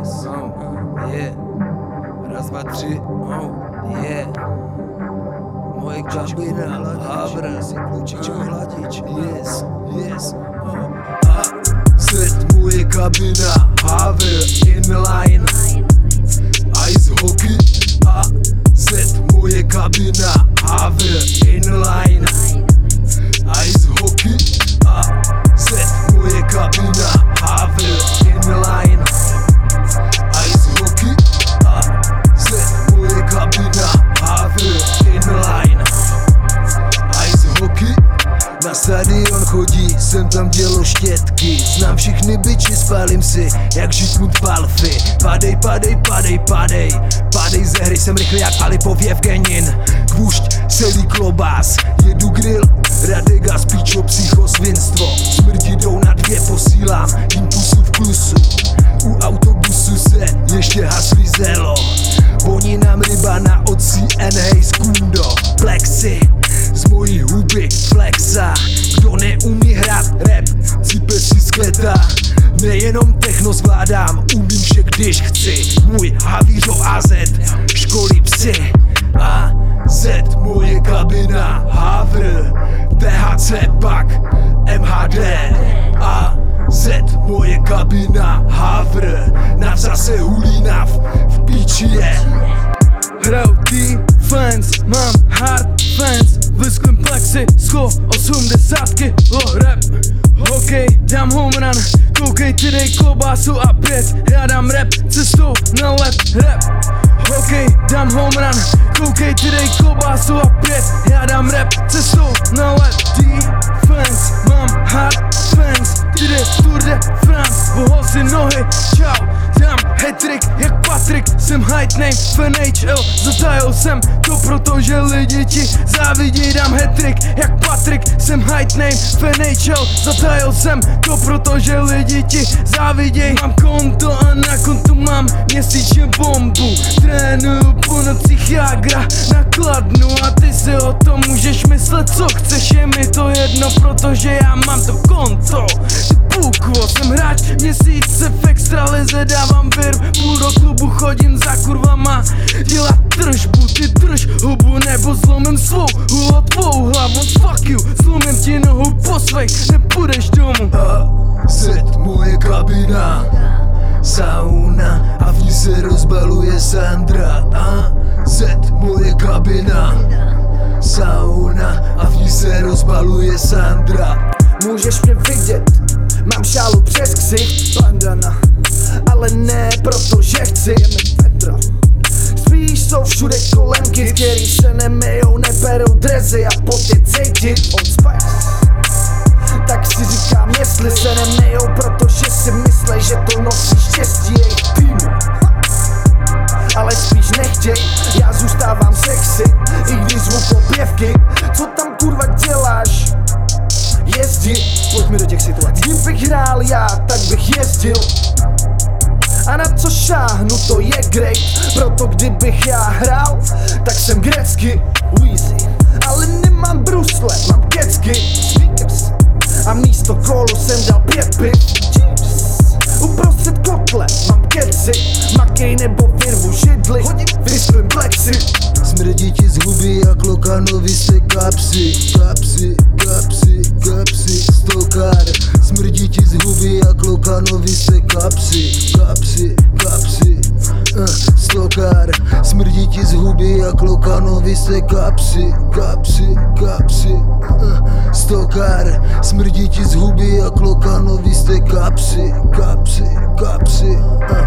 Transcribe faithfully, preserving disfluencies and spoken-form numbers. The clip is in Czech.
Yes, oh, yeah. Raz, dva, tři, oh, yeah. Moje kabina, Havr, si klučičko hladič. Yes, yes, oh. A set moje kabina, Havr, inline. Ice hockey. A set moje kabina, Havr, inline. Ice hockey. A set moje kabina, Havr, inline. Ice hockey. A set moje kabina, Havr, inline. Ice hockey. Na stadion chodí, jsem tam dělo štětky. Znám všechny biči, spálím si, jak Žitmund Palfy. Padej, padej, padej, padej. Padej ze hry, jsem rychlý jak Alipov Jevgenin. Kvušť, celý klobás, jedu grill. Radegas, píčo, psycho, svinstvo. Smrti jdou na dvě, posílám jim pusu v klusu. U autobusu se ještě haslí zelo. Voní nám ryba na ocí N. Hej, skundo. Plexi, z mojí huby flexa. Kdo neumí hrát rap, cípe si sketa. Nejenom techno zvládám, umím vše, když chci. Můj Havířo A Z, školy psy. A Z, moje kabina, Havr. T H C pak, M H D. A Z, moje kabina, Havr. Nav zase hulínav, v píči je. Hraju defense, mám hard fans. Vysklím plexi, sto osmdesátky, oh rap. Hokej, dám home run, koukej ty dej klobásu a pět. Já dám rap cestou na let, rap. Hokej, dám home run, koukej ty dej klobásu a pět. Já dám rap cestou na let. Defense, mám hard fans. Ty jde Tour de France, boho si nohy, čau. Dám hat-trick jak Patrik, jsem height name v N H L. Zatajil jsem to proto, že lidi ti závidí. Dám hat-trick jak Patrik, jsem height name v N H L. Zatajil jsem to proto, že lidi ti záviděj. Mám konto a na kontu mám měsíčně bombu. Trénuju po nocích jágra na Kladnu. A ty si o tom můžeš myslet co chceš, je mi to jedno, protože já mám to konto. Ty půkvo, jsem hráč měsíce v extralize, dávám vir, půl do klubu chodím za kurvama dělat tržbu. Ty drž hubu nebo zlomím svou hulo tvou hlavu. Fuck you, zlomím ti nohu po svých, nepůjdeš domů. A Z, moje kabina, sauna a v ní se rozbaluje Sandra. A Z, moje kabina, sauna a v ní se rozbaluje Sandra. Můžeš mě vidět, mám šálu přes ksicht, bandana, ale ne protože chci, je mi Petra. Spíš jsou všude kolem kids, který se nemejou, neperou drezy a pot je cítit od Spice. Tak si říkám, jestli se nemejou, protože si myslej, že to nosí štěstí jejich týmu. Ale spíš nechtěj, já zůstávám sexy, i když zvu popěvky. Co tam kurva děláš? Jezdit, pojďme do těch situací. Kdybych hrál já, tak bych jezdil. A na co šáhnu, to je great. Proto kdybych já hrál, tak jsem grecky Weezy. Ale nemám brusle, mám kecky Sneakers. A místo kolu jsem dal pět piv. Uprostřed kotle mám keci, makej nebo vyrvu židli, vysplím plexi. Smrdí ti z huby jak Lokanovi se kapsy, kapsy, kapsy, kapsy, stokár. Smrdí ti z huby jak Lokanovi se kapsy, kapsy, kapsy, uh, stokár. Smrdí ti z huby jak Lokanovi se kapsy, kapsy, kapsy, uh, stokár. Smrdí ti z huby jak Lokanovi se kapsy, kapsy, kapsy, uh.